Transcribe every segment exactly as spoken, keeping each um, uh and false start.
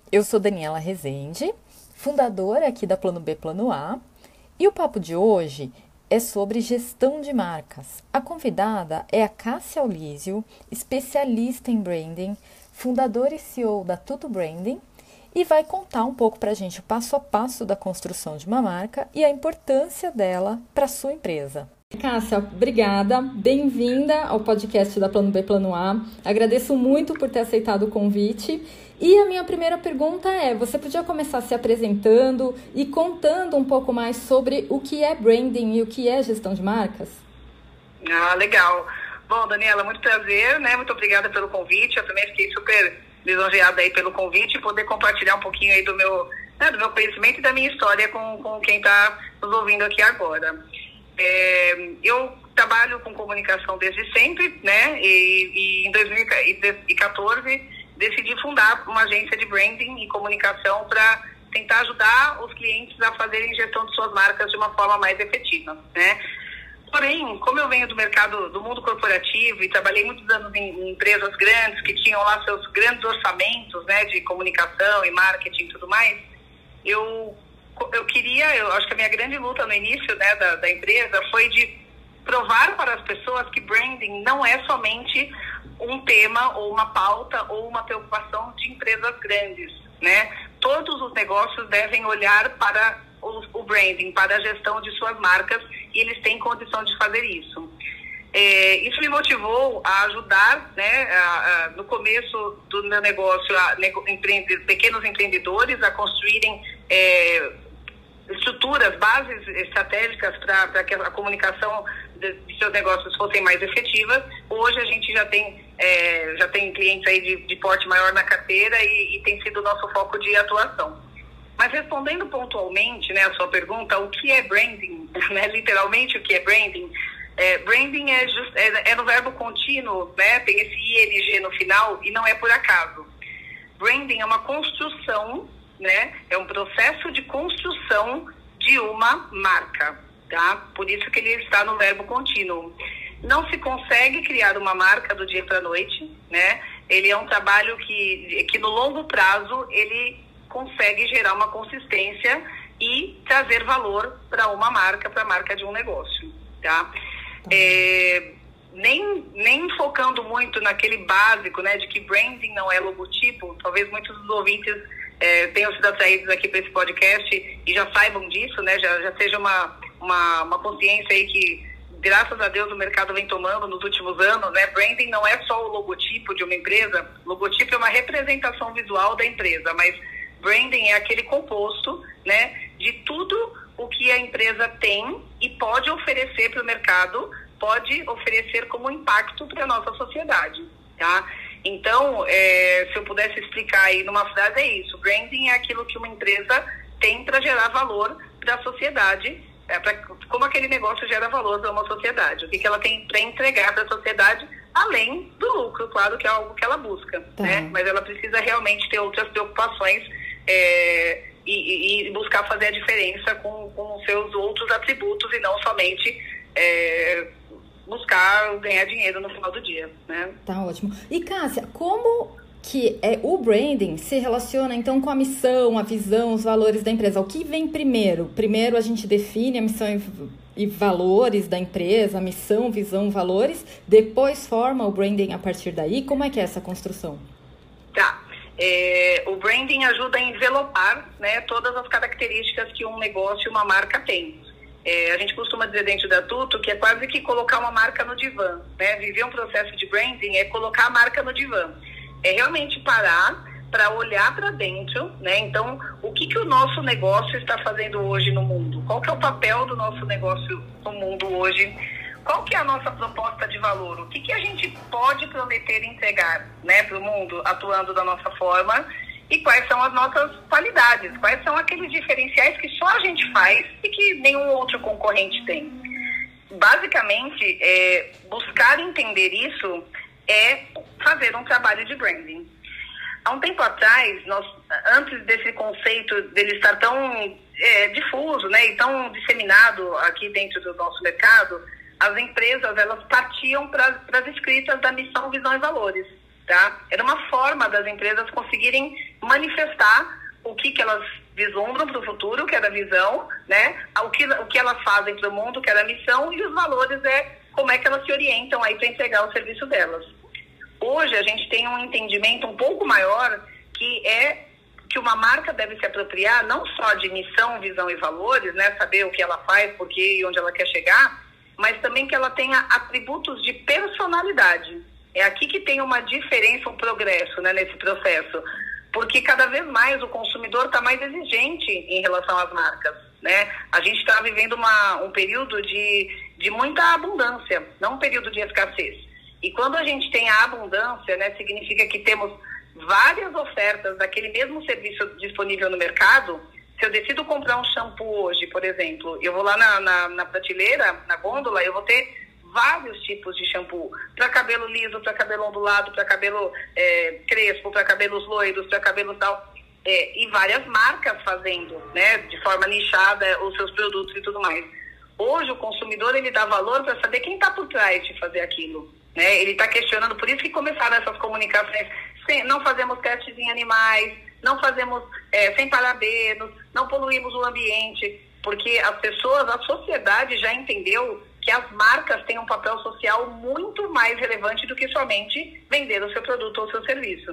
Eu sou Daniela Rezende, fundadora aqui da Plano B Plano A, e o papo de hoje é sobre gestão de marcas. A convidada é a Cássia Aulísio, especialista em branding, fundadora e C E O da Tutu Branding, e vai contar um pouco para a gente o passo a passo da construção de uma marca e a importância dela para a sua empresa. Cássia, obrigada, bem-vinda ao podcast da Plano B Plano A. Agradeço muito por ter aceitado o convite. E a minha primeira pergunta é, você podia começar se apresentando e contando um pouco mais sobre o que é branding e o que é gestão de marcas? Ah, legal. Bom, Daniela, muito prazer, né? Muito obrigada pelo convite. Eu também fiquei super lisonjeada aí pelo convite e poder compartilhar um pouquinho aí do meu, né, do meu conhecimento e da minha história com, com quem está nos ouvindo aqui agora. É, eu trabalho com comunicação desde sempre, né? E, e em dois mil e quatorze decidi fundar uma agência de branding e comunicação para tentar ajudar os clientes a fazerem gestão de suas marcas de uma forma mais efetiva, né? Porém, como eu venho do mercado, do mundo corporativo e trabalhei muitos anos em, em empresas grandes que tinham lá seus grandes orçamentos, né, de comunicação e marketing e tudo mais, eu eu queria, eu acho que a minha grande luta no início, né, da, da empresa foi de provar para as pessoas que branding não é somente um tema ou uma pauta ou uma preocupação de empresas grandes, né? Todos os negócios devem olhar para o, o branding, para a gestão de suas marcas, e eles têm condição de fazer isso. É, isso me motivou a ajudar, né, a, a, no começo do meu negócio, a, nego, empreende, pequenos empreendedores a construírem é, estruturas, bases estratégicas para que a comunicação de, de seus negócios fossem mais efetivas. Hoje a gente já tem, é, já tem clientes aí de, de porte maior na carteira e, e tem sido o nosso foco de atuação. Mas respondendo pontualmente, né, a sua pergunta, o que é branding, né, literalmente o que é branding? É, branding é, just, é, é no verbo contínuo, né, tem esse I N G no final e não é por acaso. Branding é uma construção, né? É um processo de construção de uma marca, tá? Por isso que ele está no verbo contínuo. Não se consegue criar uma marca do dia para a noite, né? Ele é um trabalho que, que no longo prazo ele consegue gerar uma consistência e trazer valor para uma marca, para a marca de um negócio, tá? É, nem, nem focando muito naquele básico, né, de que branding não é logotipo. Talvez muitos dos ouvintes É, tenham sido atraídos aqui para esse podcast e já saibam disso, né? Já, já seja uma, uma, uma consciência aí que, graças a Deus, o mercado vem tomando nos últimos anos, né? Branding não é só o logotipo de uma empresa. Logotipo é uma representação visual da empresa, mas branding é aquele composto, né, de tudo o que a empresa tem e pode oferecer para o mercado, pode oferecer como impacto para a nossa sociedade, tá? Então, é, se eu pudesse explicar aí numa frase, é isso. Branding é aquilo que uma empresa tem para gerar valor para a sociedade, é, pra, como aquele negócio gera valor para uma sociedade. O que, que ela tem para entregar para a sociedade, além do lucro, claro, que é algo que ela busca. Tá. Né? Mas ela precisa realmente ter outras preocupações é, e, e buscar fazer a diferença com, com os seus outros atributos e não somente... É, buscar ganhar dinheiro no final do dia, né? Tá ótimo. E, Cássia, como que é, o branding se relaciona, então, com a missão, a visão, os valores da empresa? O que vem primeiro? Primeiro a gente define a missão e, e valores da empresa, a missão, visão, valores, depois forma o branding a partir daí? Como é que é essa construção? Tá. É, o branding ajuda a envelopar, né, todas as características que um negócio e uma marca tem. É, a gente costuma dizer dentro da Tutu que é quase que colocar uma marca no divã, né? Viver um processo de branding é colocar a marca no divã. É realmente parar para olhar para dentro, né? Então, o que, que o nosso negócio está fazendo hoje no mundo? Qual que é o papel do nosso negócio no mundo hoje? Qual que é a nossa proposta de valor? O que, que a gente pode prometer entregar, né, para o mundo atuando da nossa forma? E quais são as nossas qualidades, quais são aqueles diferenciais que só a gente faz e que nenhum outro concorrente tem. Basicamente, é, buscar entender isso é fazer um trabalho de branding. Há um tempo atrás, nós, antes desse conceito dele estar tão é, difuso, né, e tão disseminado aqui dentro do nosso mercado, as empresas elas partiam para as escritas da missão, visão e valores. Tá? Era uma forma das empresas conseguirem manifestar o que, que elas vislumbram para o futuro, que é da visão, né? O que, o que elas fazem para o mundo, que é da missão, e os valores é como é que elas se orientam aí para entregar o serviço delas. Hoje a gente tem um entendimento um pouco maior que é que uma marca deve se apropriar não só de missão, visão e valores, né? Saber o que ela faz, por quê e onde ela quer chegar, mas também que ela tenha atributos de personalidade. É aqui que tem uma diferença, um progresso, né, nesse processo. Porque cada vez mais o consumidor está mais exigente em relação às marcas, né? A gente está vivendo uma, um período de, de muita abundância, não um período de escassez. E quando a gente tem a abundância, né, significa que temos várias ofertas daquele mesmo serviço disponível no mercado. Se eu decido comprar um shampoo hoje, por exemplo, eu vou lá na, na, na prateleira, na gôndola, eu vou ter vários tipos de shampoo, para cabelo liso, para cabelo ondulado, para cabelo é, crespo, para cabelos loiros, para cabelo tal, é, e várias marcas fazendo, né, de forma nichada os seus produtos e tudo mais. Hoje o consumidor, ele dá valor para saber quem está por trás de fazer aquilo, né? Ele está questionando, por isso que começaram essas comunicações, sem, não fazemos testes em animais, não fazemos é, sem parabenos, não poluímos o ambiente, porque as pessoas, a sociedade já entendeu que as marcas têm um papel social muito mais relevante do que somente vender o seu produto ou o seu serviço.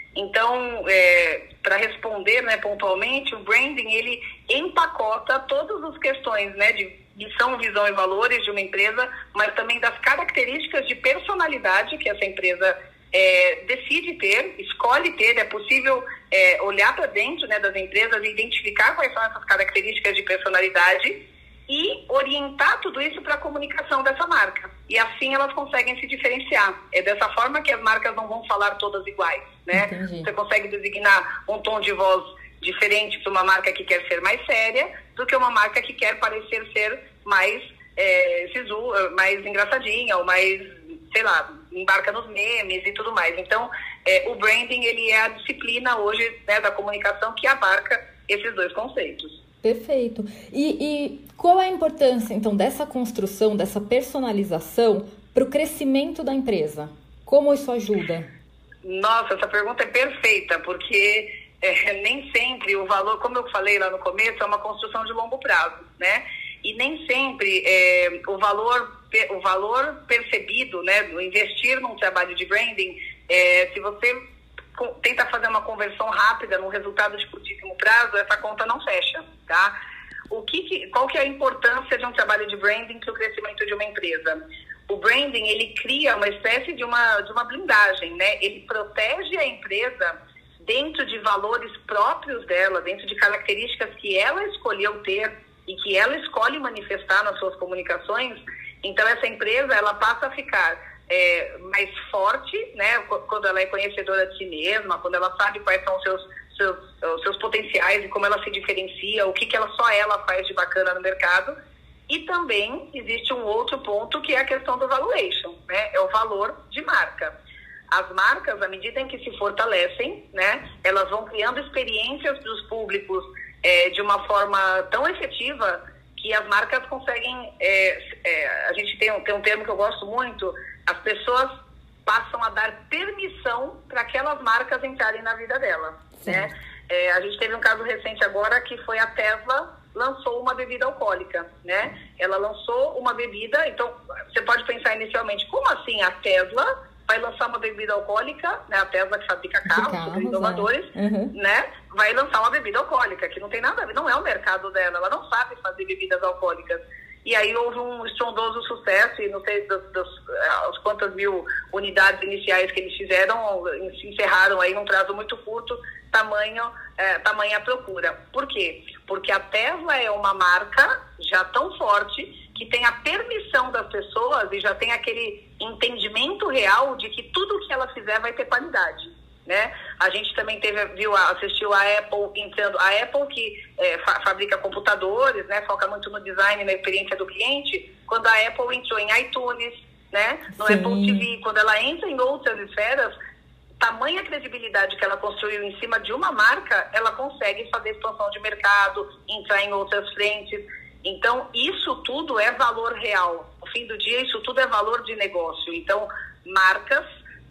Então, é, para responder, né, pontualmente, o branding, ele empacota todas as questões, né, de missão, visão e valores de uma empresa, mas também das características de personalidade que essa empresa é, decide ter, escolhe ter. É possível é, olhar para dentro, né, das empresas e identificar quais são essas características de personalidade e orientar tudo isso para a comunicação dessa marca. E assim elas conseguem se diferenciar. É dessa forma que as marcas não vão falar todas iguais, né? Entendi. Você consegue designar um tom de voz diferente para uma marca que quer ser mais séria do que uma marca que quer parecer ser mais, é, sisu, mais engraçadinha ou mais, sei lá, embarca nos memes e tudo mais. Então, é, o branding, ele é a disciplina hoje, né, da comunicação que abarca esses dois conceitos. Perfeito. E, e qual é a importância, então, dessa construção, dessa personalização para o crescimento da empresa? Como isso ajuda? Nossa, essa pergunta é perfeita, porque é, nem sempre o valor, como eu falei lá no começo, é uma construção de longo prazo, né? E nem sempre é, o, valor, o valor percebido, né, do investir num trabalho de branding, é, se você tenta fazer uma conversão rápida num resultado de curtíssimo prazo, essa conta não fecha, tá? O que, que, qual que é a importância de um trabalho de branding para o crescimento de uma empresa? O branding, ele cria uma espécie de uma, de uma blindagem, né? Ele protege a empresa dentro de valores próprios dela, dentro de características que ela escolheu ter e que ela escolhe manifestar nas suas comunicações. Então, essa empresa, ela passa a ficar É, mais forte, né, quando ela é conhecedora de si mesma, quando ela sabe quais são os seus, seus, os seus potenciais e como ela se diferencia, o que, que ela, só ela faz de bacana no mercado. E também existe um outro ponto que é a questão do valuation, né, é o valor de marca. As marcas, à medida em que se fortalecem, né, elas vão criando experiências para os públicos é, de uma forma tão efetiva que as marcas conseguem, é, é, a gente tem um, tem um termo que eu gosto muito, as pessoas passam a dar permissão para aquelas marcas entrarem na vida dela, né? É, a gente teve um caso recente agora que foi a Tesla lançou uma bebida alcoólica, né? Ela lançou uma bebida, então você pode pensar inicialmente, como assim a Tesla vai lançar uma bebida alcoólica, né? A Tesla que fabrica carros, carros super inovadores, é. uhum. né? Vai lançar uma bebida alcoólica, que não tem nada a ver, não é o mercado dela, ela não sabe fazer bebidas alcoólicas. E aí houve um estrondoso sucesso, e não sei das, das, das quantas mil unidades iniciais que eles fizeram, se encerraram aí num prazo muito curto, tamanho, é, tamanha procura. Por quê? Porque a Tesla é uma marca já tão forte que tem a permissão das pessoas e já tem aquele entendimento real de que tudo que ela fizer vai ter qualidade, né? A gente também teve, viu, assistiu a Apple entrando, a Apple que é, fa- fabrica computadores, né, foca muito no design e na experiência do cliente. Quando a Apple entrou em iTunes, né, no Sim. Apple T V, quando ela entra em outras esferas, tamanha credibilidade que ela construiu em cima de uma marca, ela consegue fazer expansão de mercado, entrar em outras frentes. Então, isso tudo é valor real. No fim do dia, isso tudo é valor de negócio. Então, marcas,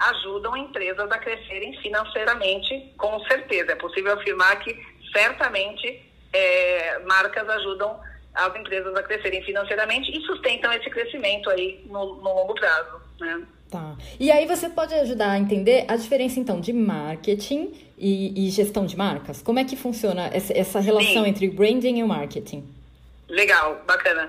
ajudam empresas a crescerem financeiramente, com certeza. É possível afirmar que, certamente, é, marcas ajudam as empresas a crescerem financeiramente e sustentam esse crescimento aí no, no longo prazo, né? Tá. E aí você pode ajudar a entender a diferença, então, de marketing e, e gestão de marcas? Como é que funciona essa, essa relação Sim. entre o branding e o marketing? Legal, bacana.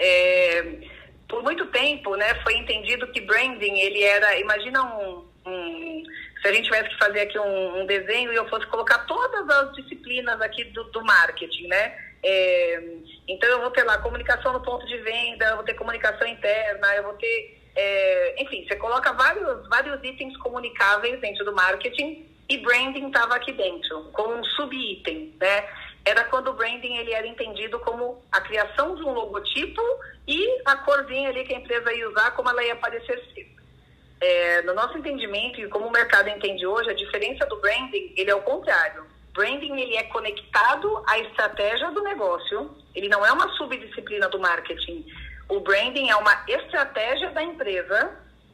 É, por muito tempo, né, foi entendido que branding, ele era, imagina um, um se a gente tivesse que fazer aqui um, um desenho e eu fosse colocar todas as disciplinas aqui do, do marketing, né? É, então eu vou ter lá comunicação no ponto de venda, eu vou ter comunicação interna, eu vou ter É, enfim, você coloca vários, vários itens comunicáveis dentro do marketing e branding estava aqui dentro, como um sub-item, né? Era quando o branding ele era entendido como a criação de um logotipo e a corzinha ali que a empresa ia usar, como ela ia aparecer ser. É, no nosso entendimento, e como o mercado entende hoje, a diferença do branding, ele é o contrário. Branding, ele é conectado à estratégia do negócio, ele não é uma subdisciplina do marketing. O branding é uma estratégia da empresa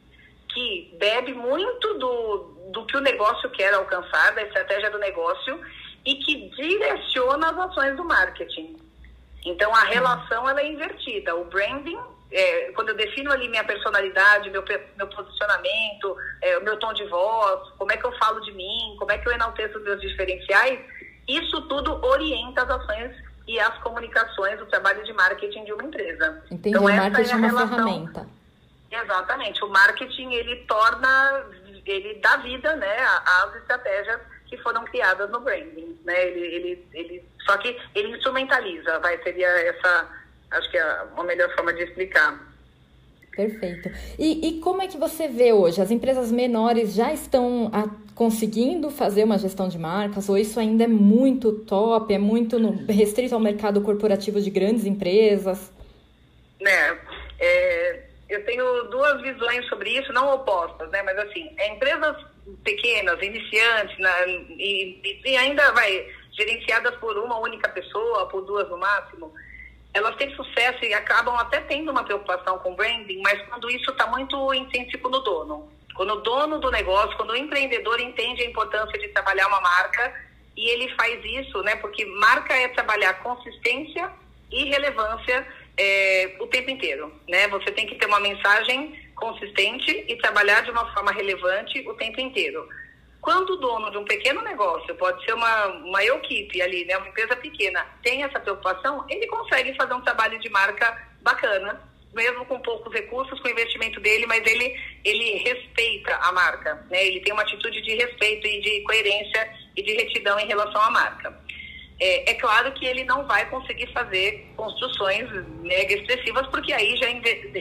que bebe muito do, do que o negócio quer alcançar, da estratégia do negócio, e que direciona as ações do marketing. Então, a relação ela é invertida. O branding, é, quando eu defino ali minha personalidade, meu, meu posicionamento, é, o meu tom de voz, como é que eu falo de mim, como é que eu enalteço os meus diferenciais, isso tudo orienta as ações e as comunicações, o trabalho de marketing de uma empresa. Entendi, então, o marketing é uma relação... ferramenta. Exatamente, o marketing, ele torna, ele dá vida, né, às estratégias que foram criadas no branding, né, ele, ele, ele, só que ele instrumentaliza, vai, seria essa, acho que é a melhor forma de explicar. Perfeito. E, e como é que você vê hoje? As empresas menores já estão a, conseguindo fazer uma gestão de marcas? Ou isso ainda é muito top, é muito no, restrito ao mercado corporativo de grandes empresas? Né, é, eu tenho duas visões sobre isso, não opostas, né? Mas assim, empresas pequenas, iniciantes, né, e, e ainda vai gerenciadas por uma única pessoa, por duas no máximo, elas têm sucesso e acabam até tendo uma preocupação com branding, mas quando isso está muito intrínseco no dono. Quando o dono do negócio, quando o empreendedor entende a importância de trabalhar uma marca, e ele faz isso, né? Porque marca é trabalhar consistência e relevância é, o tempo inteiro, né? Você tem que ter uma mensagem consistente e trabalhar de uma forma relevante o tempo inteiro. Quando o dono de um pequeno negócio, pode ser uma, uma equipe ali, né, uma empresa pequena, tem essa preocupação, ele consegue fazer um trabalho de marca bacana, mesmo com poucos recursos, com o investimento dele, mas ele, ele respeita a marca, né? Ele tem uma atitude de respeito e de coerência e de retidão em relação à marca. É, é claro que ele não vai conseguir fazer construções mega expressivas, porque aí já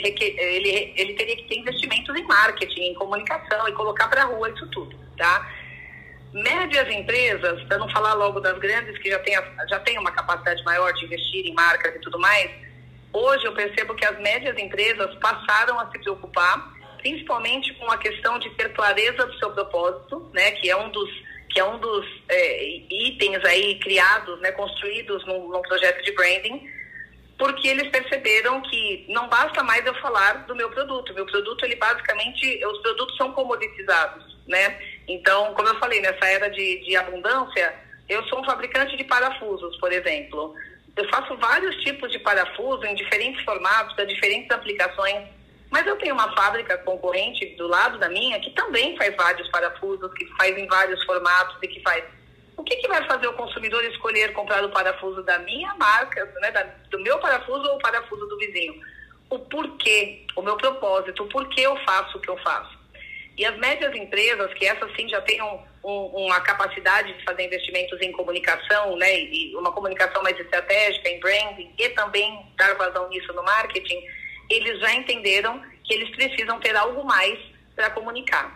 ele, ele teria que ter investimentos em marketing, em comunicação e colocar para a rua isso tudo, tá? Médias empresas, para não falar logo das grandes, que já tem, já tem uma capacidade maior de investir em marcas e tudo mais, hoje eu percebo que as médias empresas passaram a se preocupar, principalmente com a questão de ter clareza do seu propósito, né, que é um dos que é um dos é, itens aí criados, né, construídos num, num projeto de branding, porque eles perceberam que não basta mais eu falar do meu produto. Meu produto, ele basicamente, os produtos são comoditizados, né? Então, como eu falei, nessa era de, de abundância, eu sou um fabricante de parafusos, por exemplo. Eu faço vários tipos de parafuso em diferentes formatos, para diferentes aplicações. Mas eu tenho uma fábrica concorrente do lado da minha que também faz vários parafusos, que faz em vários formatos e que faz... O que, que vai fazer o consumidor escolher comprar o parafuso da minha marca, né, da, do meu parafuso ou o parafuso do vizinho? O porquê, o meu propósito, o porquê eu faço o que eu faço. E as médias empresas, que essas sim já têm um, um, uma capacidade de fazer investimentos em comunicação, né, e uma comunicação mais estratégica, em branding, e também dar vazão nisso no marketing, eles já entenderam que eles precisam ter algo mais para comunicar.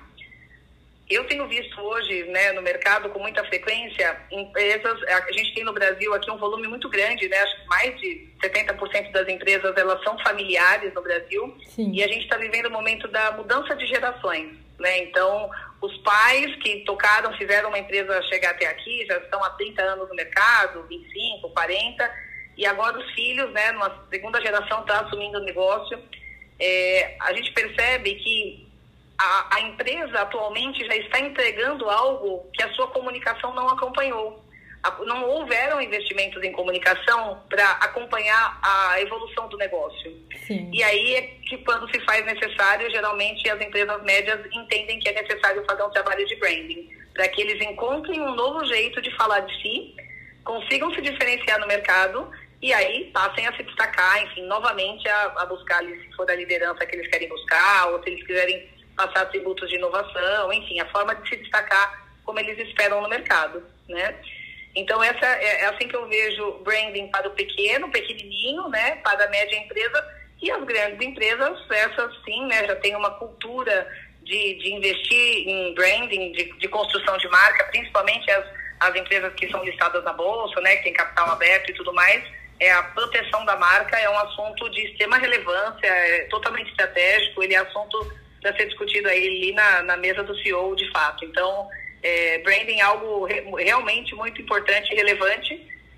Eu tenho visto hoje, né, no mercado com muita frequência, empresas, a gente tem no Brasil aqui um volume muito grande, né, acho que mais de setenta por cento das empresas, elas são familiares no Brasil. Sim. E a gente está vivendo o momento da mudança de gerações, né, então os pais que tocaram, fizeram uma empresa chegar até aqui, já estão há trinta anos no mercado, vinte e cinco, quarenta, e agora os filhos, né, numa segunda geração está assumindo o negócio. É, a gente percebe que a, a empresa atualmente já está entregando algo que a sua comunicação não acompanhou. Não houveram investimentos em comunicação para acompanhar a evolução do negócio. Sim. E aí é que quando se faz necessário, geralmente as empresas médias entendem que é necessário fazer um trabalho de branding, para que eles encontrem um novo jeito de falar de si, consigam se diferenciar no mercado e aí passem a se destacar, enfim, novamente a, a buscar, se for da liderança que eles querem buscar, ou se eles quiserem passar atributos de inovação, enfim, a forma de se destacar como eles esperam no mercado, né? Então, essa é, é assim que eu vejo branding para o pequeno, pequenininho, né, para a média empresa, e as grandes empresas, essas sim, né, já tem uma cultura de, de investir em branding, de, de construção de marca, principalmente as, as empresas que são listadas na bolsa, né, que tem capital aberto e tudo mais. É, a proteção da marca é um assunto de extrema relevância, é totalmente estratégico, ele é assunto para ser discutido aí ali na, na mesa do C E O, de fato. Então, É, branding é algo re, realmente muito importante e relevante,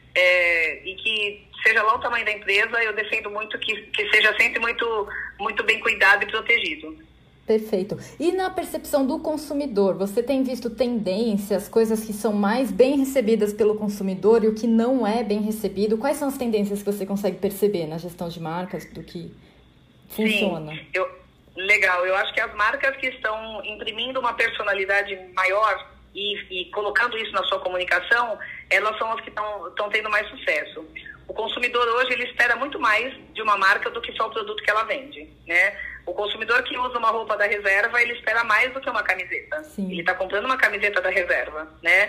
é, e que seja lá o tamanho da empresa, eu defendo muito que, que seja sempre muito, muito bem cuidado e protegido. Perfeito. E na percepção do consumidor, você tem visto tendências, coisas que são mais bem recebidas pelo consumidor e o que não é bem recebido? Quais são as tendências que você consegue perceber na gestão de marcas, do que funciona? Sim, eu, legal. Eu acho que as marcas que estão imprimindo uma personalidade maior E, e colocando isso na sua comunicação, elas são as que estão tendo mais sucesso. O consumidor hoje, ele espera muito mais de uma marca do que só o produto que ela vende, né? O consumidor que usa uma roupa da Reserva, ele espera mais do que uma camiseta. Sim. Ele está comprando uma camiseta da Reserva, né?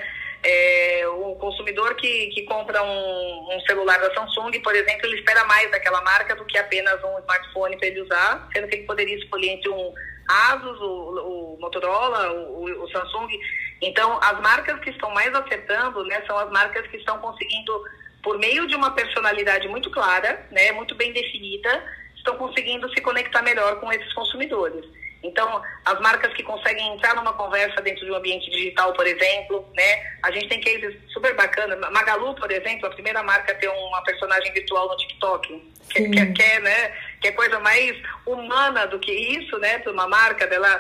É, o consumidor que, que compra um, um celular da Samsung, por exemplo, ele espera mais daquela marca do que apenas um smartphone para ele usar, sendo que ele poderia escolher entre um Asus, o, o Motorola, o, o Samsung. Então, as marcas que estão mais acertando, né, são as marcas que estão conseguindo, por meio de uma personalidade muito clara, né, muito bem definida, estão conseguindo se conectar melhor com esses consumidores. Então, as marcas que conseguem entrar numa conversa dentro de um ambiente digital, por exemplo, né, a gente tem cases super bacanas. Magalu, por exemplo, a primeira marca a ter uma personagem virtual no TikTok, que, que, que, é, né, que é coisa mais humana do que isso, né, para uma marca dela,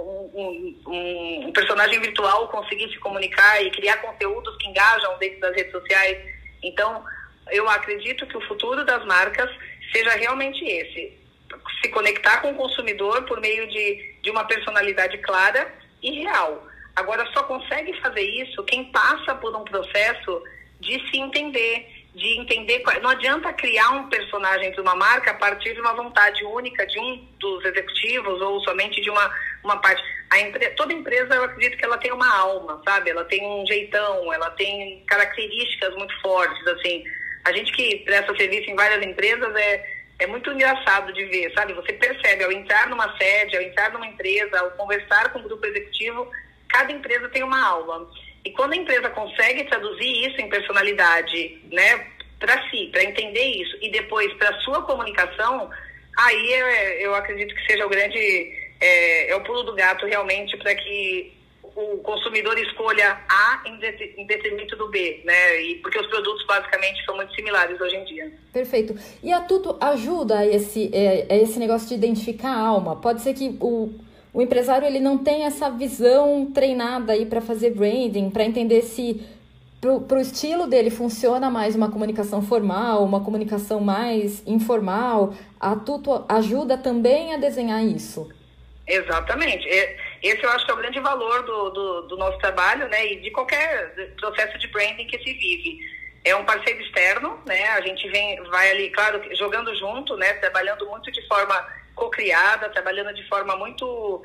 um, um, um personagem virtual conseguir se comunicar e criar conteúdos que engajam dentro das redes sociais. Então, eu acredito que o futuro das marcas seja realmente esse: se conectar com o consumidor por meio de, de uma personalidade clara e real. Agora, só consegue fazer isso quem passa por um processo de se entender, de entender... Não adianta criar um personagem de uma marca a partir de uma vontade única de um dos executivos ou somente de uma, uma parte. A empre... Toda empresa, eu acredito que ela tem uma alma, sabe? Ela tem um jeitão, ela tem características muito fortes, assim. A gente que presta serviço em várias empresas é... É muito engraçado de ver, sabe? Você percebe, ao entrar numa sede, ao entrar numa empresa, ao conversar com o grupo executivo, cada empresa tem uma alma. E quando a empresa consegue traduzir isso em personalidade, né, para si, para entender isso, e depois para a sua comunicação, aí eu, eu acredito que seja o grande, é, é o pulo do gato realmente para que o consumidor escolha A em detrimento do B, né? E porque os produtos basicamente são muito similares hoje em dia. Perfeito. E a Tuto ajuda a esse, é, esse negócio de identificar a alma? Pode ser que o, o empresário ele não tenha essa visão treinada aí para fazer branding, para entender se para o estilo dele funciona mais uma comunicação formal, uma comunicação mais informal. A Tuto ajuda também a desenhar isso. Exatamente. Esse eu acho que é o grande valor do, do, do nosso trabalho, né, e de qualquer processo de branding que se vive. É um parceiro externo, né, a gente vem, vai ali, claro, jogando junto, né, trabalhando muito de forma co-criada, trabalhando de forma muito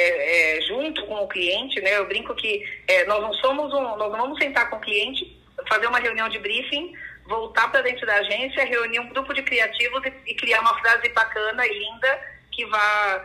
é, é, junto com o cliente, né, eu brinco que é, nós não somos um, nós não vamos sentar com o cliente, fazer uma reunião de briefing, voltar para dentro da agência, reunir um grupo de criativos e, e criar uma frase bacana e linda que vá,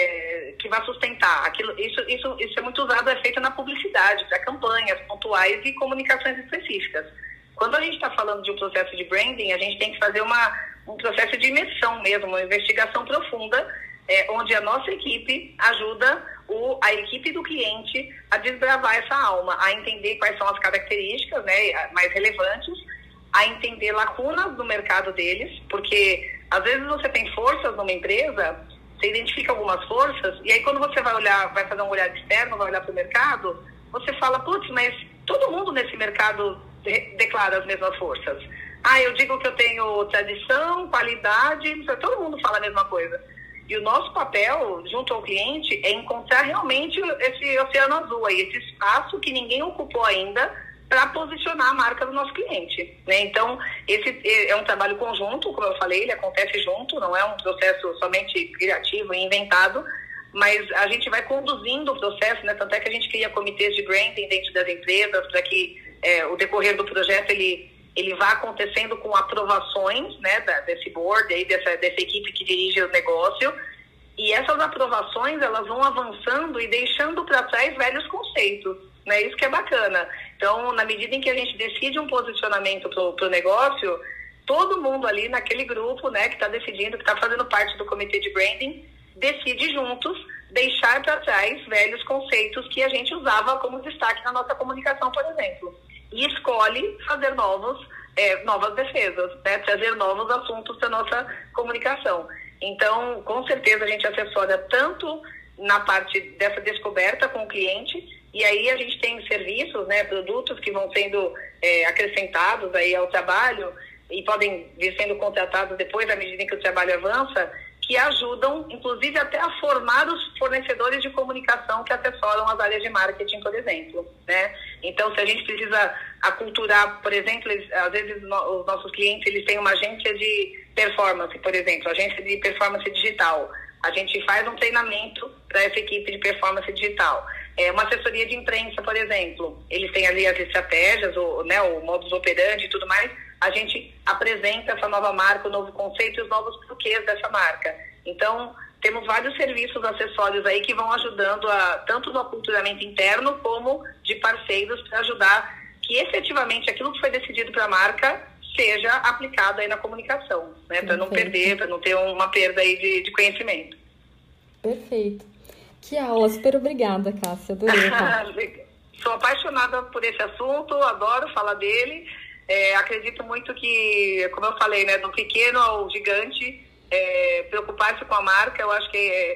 é, que vá sustentar. Aquilo, isso, isso, isso é muito usado, é feito na publicidade, para campanhas pontuais e comunicações específicas. Quando a gente está falando de um processo de branding, a gente tem que fazer uma, um processo de imersão mesmo, uma investigação profunda, é, onde a nossa equipe ajuda o, a equipe do cliente a desbravar essa alma, a entender quais são as características, né, mais relevantes, a entender lacunas do mercado deles, porque às vezes você tem forças numa empresa, você identifica algumas forças, e aí quando você vai olhar, vai fazer um olhar externo, vai olhar para o mercado, você fala, putz, mas todo mundo nesse mercado de, declara as mesmas forças. Ah, eu digo que eu tenho tradição, qualidade, todo mundo fala a mesma coisa. E o nosso papel, junto ao cliente, é encontrar realmente esse oceano azul aí, esse espaço que ninguém ocupou ainda para posicionar a marca do nosso cliente, né? Então, esse é um trabalho conjunto, como eu falei, ele acontece junto, não é um processo somente criativo e inventado, mas a gente vai conduzindo o processo, né? Tanto é que a gente cria comitês de branding dentro das empresas para que é, o decorrer do projeto ele ele vai acontecendo com aprovações, né, da, desse board, aí, dessa, dessa equipe que dirige o negócio, e essas aprovações, elas vão avançando e deixando para trás velhos conceitos, né, isso que é bacana. Então, na medida em que a gente decide um posicionamento para o negócio, todo mundo ali naquele grupo, né, que está decidindo, que está fazendo parte do comitê de branding, decide juntos deixar para trás velhos conceitos que a gente usava como destaque na nossa comunicação, por exemplo. E escolhe fazer novos, é, novas defesas, né? Trazer novos assuntos para a nossa comunicação. Então, com certeza, a gente assessora tanto na parte dessa descoberta com o cliente, e aí a gente tem serviços, né, produtos que vão sendo é, acrescentados aí ao trabalho e podem vir sendo contratados depois, à medida que o trabalho avança, que ajudam, inclusive, até a formar os fornecedores de comunicação que assessoram as áreas de marketing, por exemplo, né? Então, se a gente precisa aculturar, por exemplo, eles, às vezes no, os nossos clientes, eles têm uma agência de performance, por exemplo, agência de performance digital. A gente faz um treinamento para essa equipe de performance digital. É uma assessoria de imprensa, por exemplo. Eles têm ali as estratégias, o, né, o modus operandi e tudo mais. A gente apresenta essa nova marca, o novo conceito e os novos porquês dessa marca. Então, temos vários serviços acessórios aí que vão ajudando a, tanto no aculturamento interno como de parceiros para ajudar que efetivamente aquilo que foi decidido para a marca seja aplicado aí na comunicação, né? Para não perder, para não ter uma perda aí de, de conhecimento. Perfeito. Que aula, super obrigada, Cássia, adorei. Tá? Sou apaixonada por esse assunto, adoro falar dele. É, acredito muito que, como eu falei, né, do pequeno ao gigante, é, preocupar-se com a marca, eu acho que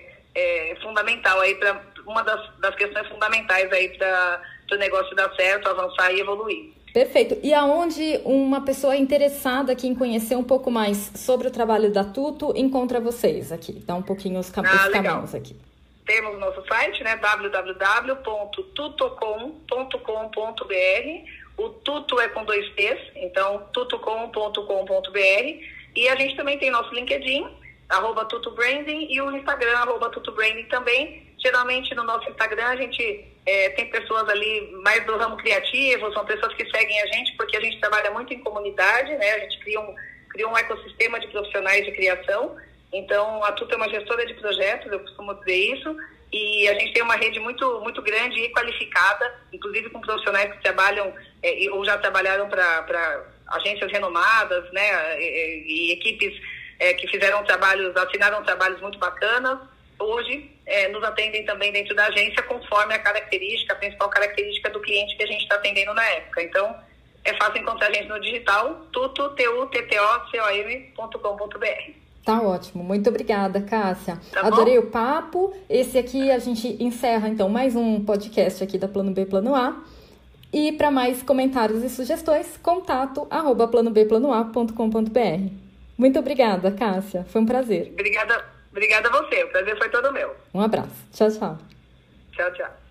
é, é fundamental aí para uma das, das questões fundamentais aí para o negócio dar certo, avançar e evoluir. Perfeito. E aonde uma pessoa interessada aqui em conhecer um pouco mais sobre o trabalho da Tuto encontra vocês aqui? Dá um pouquinho os, cam- ah, os caminhos aqui. Temos o nosso site, né, w w w ponto tutocom ponto com ponto b r. O Tuto é com dois T's, então tutocom ponto com ponto b r. E a gente também tem nosso LinkedIn, arroba Tuto Branding, e o Instagram, arroba Tuto Branding também. Geralmente no nosso Instagram a gente é, tem pessoas ali mais do ramo criativo, são pessoas que seguem a gente porque a gente trabalha muito em comunidade, né? A gente cria um, cria um ecossistema de profissionais de criação. Então, a Tuto é uma gestora de projetos, eu costumo dizer isso, e a gente tem uma rede muito, muito grande e qualificada, inclusive com profissionais que trabalham é, ou já trabalharam para agências renomadas, né? E, e equipes é, que fizeram trabalhos, assinaram trabalhos muito bacanas. Hoje, é, nos atendem também dentro da agência conforme a característica, a principal característica do cliente que a gente está atendendo na época. Então, é fácil encontrar a gente no digital, tuto, t u t t o c o m ponto com ponto b r. Tá ótimo. Muito obrigada, Cássia. Tá Adorei bom? O papo. Esse aqui a gente encerra, então, mais um podcast aqui da Plano B, Plano A. E para mais comentários e sugestões, contato arroba plano b plano a ponto com ponto b r. Muito obrigada, Cássia. Foi um prazer. Obrigada, obrigada a você. O prazer foi todo meu. Um abraço. Tchau, tchau. Tchau, tchau.